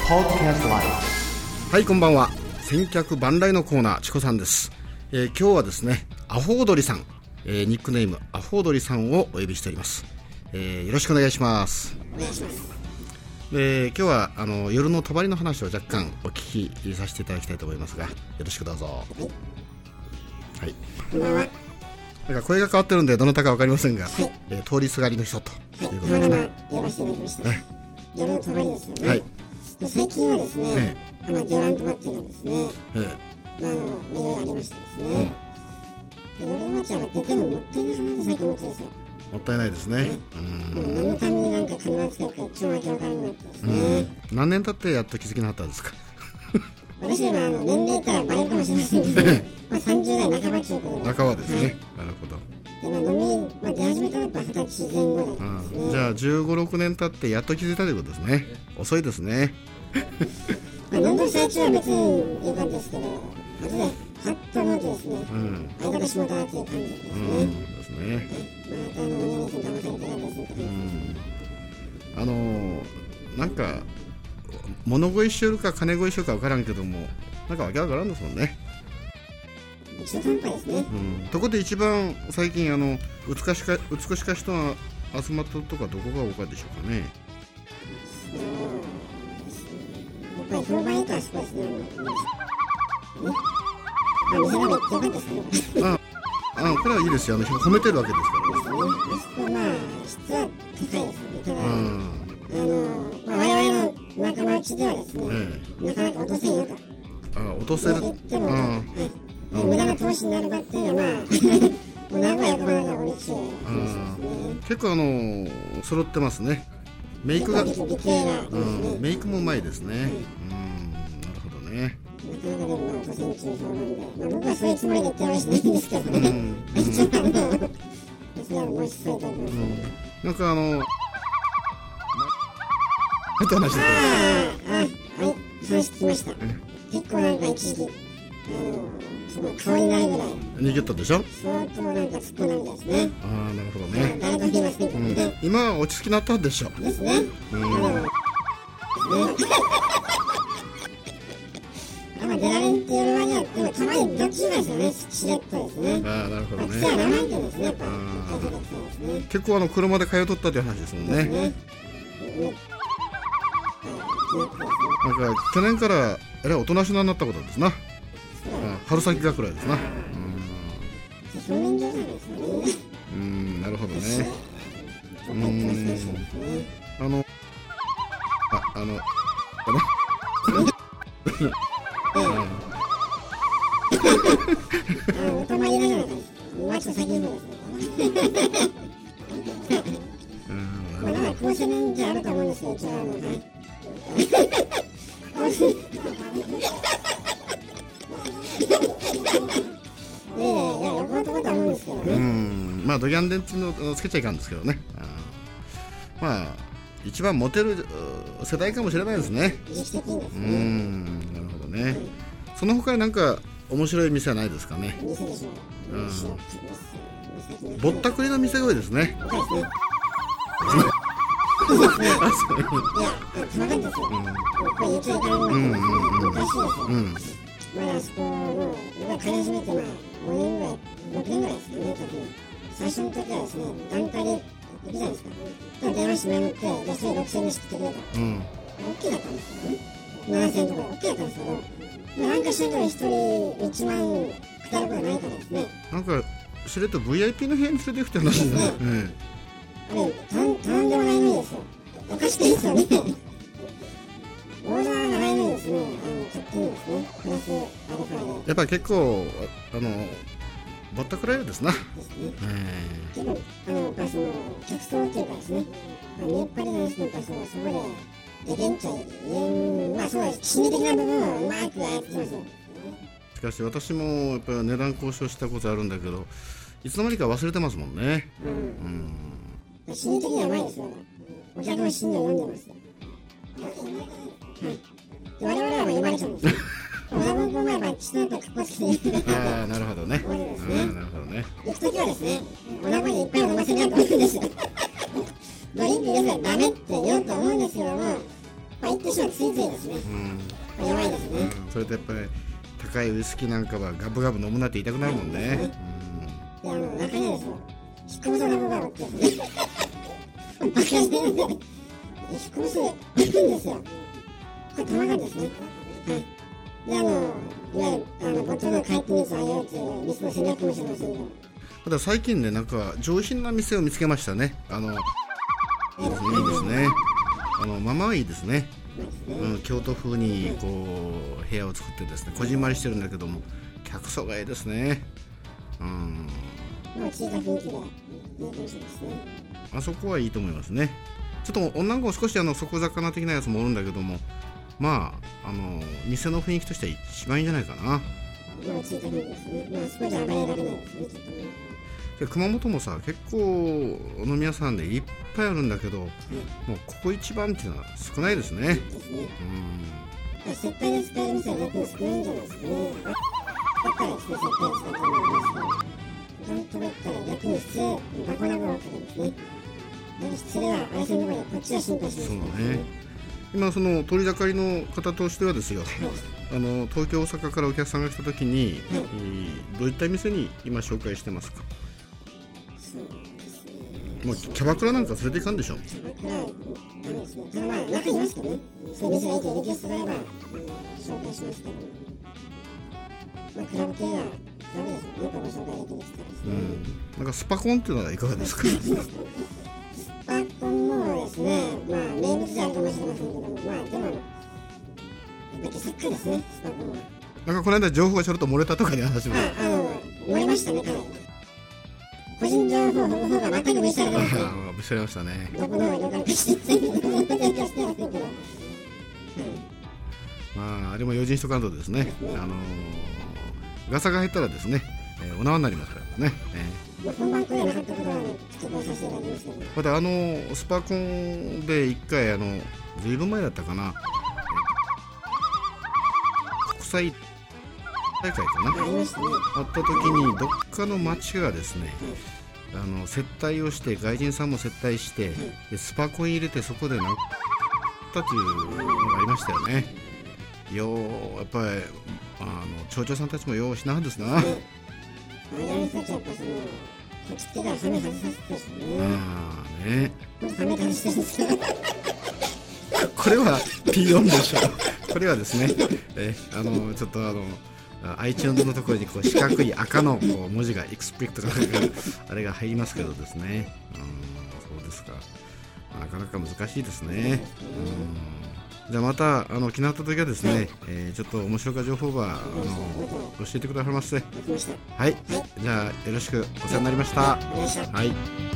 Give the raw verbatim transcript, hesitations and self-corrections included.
Podcast Life。はい、こんばんは。千客万来のコーナー、チコさんです。えー、今日はですね、アホウドリさん、えー、ニックネームアホウドリさんをお呼びしております。えー、よろしくお願いします。 お願いします。 で、今日はあの夜の帳の話を若干お聞きさせていただきたいと思いますが、よろしくどうぞ。はい。はい。 こんばんは。 なんか声が変わってるんでどなたか分かりませんが、はい、えー、通りすがりの人ということですね。はい、 呼ばせていただきました。夜の帳ですよね。 はい。 最近はですね、 ええー、あの魚卵帳っていうのはですね、 えー、 まあ、あのいろいろありましてですね、うん、夜の帳が出てももったいないかなと最近思ってるんですよ。 もったいないですね。ね、 うん、何のためになんか金を使うか帳が分からなくなってですね、 うん、何年経ってやっと気づきなかったんですか。 私はあの年齢からバレるかもしれませんけど、まあ、さんじゅう代半ばということで、 半ばですね、はい、なるほど。 で、まあ、飲み、まあ、出始めたのははたちぜん後だったんですね。 うん、じゃあじゅうご、ろくねん経ってやっと気づいたということですね。遅いですね。 まあ、飲んでる最中は別にいい感じですけど、後でパッと思うとですね、うん、相方しまったという感じですね。うん、ですね。はい、またあのお兄さん騙されてないですけど、うん、 あのー、なんか物乞いしよるか金乞いしよるか分からんけども、なんかわけわからんですもんね。 中途半端ですね。 うん、ところで一番最近あの美しか美しか人が集まったとかどこが多かったでしょうかね。 そうですね。やっぱり評判いいとはそこですね。ね、あ、店の方行ってよかったですかね。 ああ、これはいいですよ。あの褒めてるわけですから。 ですね。あそこはまあ質は高いですね。ただ、うん、あの、まあ、我々の仲間内ではですね、ええ、なかなか落とせんよと。 あ、落とせる。 でも、はい、無駄な投資になるかっていうのはまあお長い役場がおりちゅう話ですね。 結構あの揃ってますね。メイクが、うん、メイクもうまいですね。うん、うん、なるほどね。 なかなかでもまあ落とせんちゅう評判で、まあ、僕はそういうつもりで言ってるわけじゃないんですけどね。うん、一応あのそれはもう一つそういただきますけど、 うん、なんかあのって話してああ、はい、話聞きました。結構なんか一時期、あの、すごい顔になるぐらい。 逃げたでしょ。 相当なんか突っ込んだみたいですね。 ああ、なるほどね。 誰とも言いませんけどね。 うん、今は落ち着きなったでしょ。 ですね。うん。あの、ですね。あんま出られんっていう割には、でもたまにどっちがですよね、しれっとですね。 ああ、なるほどね。 癖は生意気ですね、やっぱり。ですね。 結構あの車で通っとったという話ですもんね。ですね。なんか去年からえらいおとなしなになったことですな。春先がくらいですな。 うん。 うん、なるほどね。うん。あの、あ、あの、あの。 お泊まりながらです。もうちょっと先の方ですね。まあなんか高青年じゃあると思うんですけど、一応あの、はい。いやいや、横のところと思うんですけどね。 うん、まあドギャンデンっていうのをつけちゃいかんですけどね。あ、まあ一番モテる世代かもしれないですね。 時期的にですね。 うん、なるほどね。うん、その他になんか面白い店はないですかね。 店でしょう。 うん、ぼったくりの店が多いですね。 そうですね。 そうですね。 いや、細かいんですよ。これ言っちゃいけないのなんですけど、おかしいですよ。まああそこも僕が通い始めてまあごねんぐらい、ろくねんぐらいですかね、時に最初の時はですね、眼科で行くじゃないですか。電話して守って、安いろくせんえんでしてくれと。うん。大きいだったんですけどね。ななせんえんとか大きいだったんですけど、なんかしらとにひとりいちまんくだることないからですね。 なんかしれっと ブイアイピー の部屋に連れて行くって話ですね。 あれ、頼んでもないのにですよ。おかしくないですよね。オーダーがないのにですね、あの勝手にですね、プラスアルファで。 やっぱり結構あのぼったくられるですな。 ですね。結構あのやっぱりその客層っていうかですね、見えっ張りのですね、やっぱそのそこででけんちゃい言う、まあそうです。心理的な部分をうまくやってますよ。 しかし私もやっぱり値段交渉したことあるんだけど、いつの間にか忘れてますもんね。うん。 うん、心理的にはうまいですよ。お客の心理を読んでますよ。はい、我々はもう言われちゃうんですよ。小田文庫もやっぱちょっとかっこつけてああ、なるほどね。 多いですね。 なるほどね。 行くときはですね、お腹にいっぱい飲ませなと思うんですよ。ドリンク入れたらダメって言おうと思うんですけども、まあ、行ってし酒はついついですね、うん、弱いですね、 うん、それとやっぱり高いウイスキーなんかはガブガブ飲むなって言いたくなるもんね。 うん、であの中にはですよ引っ込むさガブガブってやつねバカじゃない引っ込むせ焼くんですよ。これ玉がですね、はい、であのいわゆるあのボトルの回転率を上げようという店の戦略かもしれませんけど、 ただ最近ねなんか上品な店を見つけましたね。あのいいですね、いいですね。あのままいいですね。うん、京都風にこう部屋を作ってですねこじんまりしてるんだけども客層がいいですね。うん、 まあ、小さい雰囲気でいいかもしれないですね。 あそこはいいと思いますね。ちょっと女の子少しあの底魚的なやつもおるんだけども、まああの店の雰囲気としては一番いいんじゃないかな。 まあ小さい雰囲気ですね。まあ少し暴れられないですね、ちょっとね。 で熊本もさ結構飲み屋さんでいっぱいあるんだけど、うん、もうここ一番っていうのは少ないですね。ですね。 うん。接待で使える店は逆に少ないんじゃないですかね。だからですね、接待で使ってもらいますけど、なんとかったら逆に失礼、バカながらかけですね。失礼はあれせんの場合こっちは心配します、ね。そうね。 今その取り盛りの方としてはですよ、はい、あの東京大阪からお客さんが来た時に、はい、どういった店に今紹介してますか？ そうですね。 もうキャバクラなんか連れていかんでしょ。 キャバクラダメですね。ただまあ中にいますけどね。そういう店がいてリクエストがあれば紹介しますけど、まあクラブ系はダメですよね。よくご紹介できる人ですね。うん。 なんかスパコンっていうのはいかがですか？ スパコンもですね、まあ名物であるかもしれませんけども、まあでもやっぱりサッカーですね、スパコンは。 なんかこの間情報がちょろっと漏れたとかで話も。 あ、あの漏れましたね、彼。個人情報の方が中に無視されてますね。 無視されましたね。 どこの方がかしてないけど、してないけど。 まああれも用心しとかんとですね。あのガサが入ったらですね、えー、お縄になりますからね。 えー、本番くらいなかったことはちょっとさせていただきますけど。 またあのスパコンで一回あのずいぶん前だったかな。国際大会かなあ, あ, りましたね、 あった時にどっかの町がですね、はい、あの接待をして外人さんも接待して、はい、でスパコン入れてそこでなったというのがありましたよね。ようやっぱりあの町長さんたちもようしなはんですな。 ああいう人たちはやっぱそのこっち来てからハメ外させてですね。 ああね。 ハメ外してるんですけどこれは ピーよん でしょう。これはですね、えあのちょっとあのiTunes のところにこう四角い赤のこう文字がエクスプリクトがあれが入りますけどですね。うん、そうですか。なかなか難しいですね。うん、じゃあまたあの気になった時はですね、はい、えー、ちょっと面白か情報はあの教えてくださいませ。はい。じゃあよろしくお世話になりました。はい。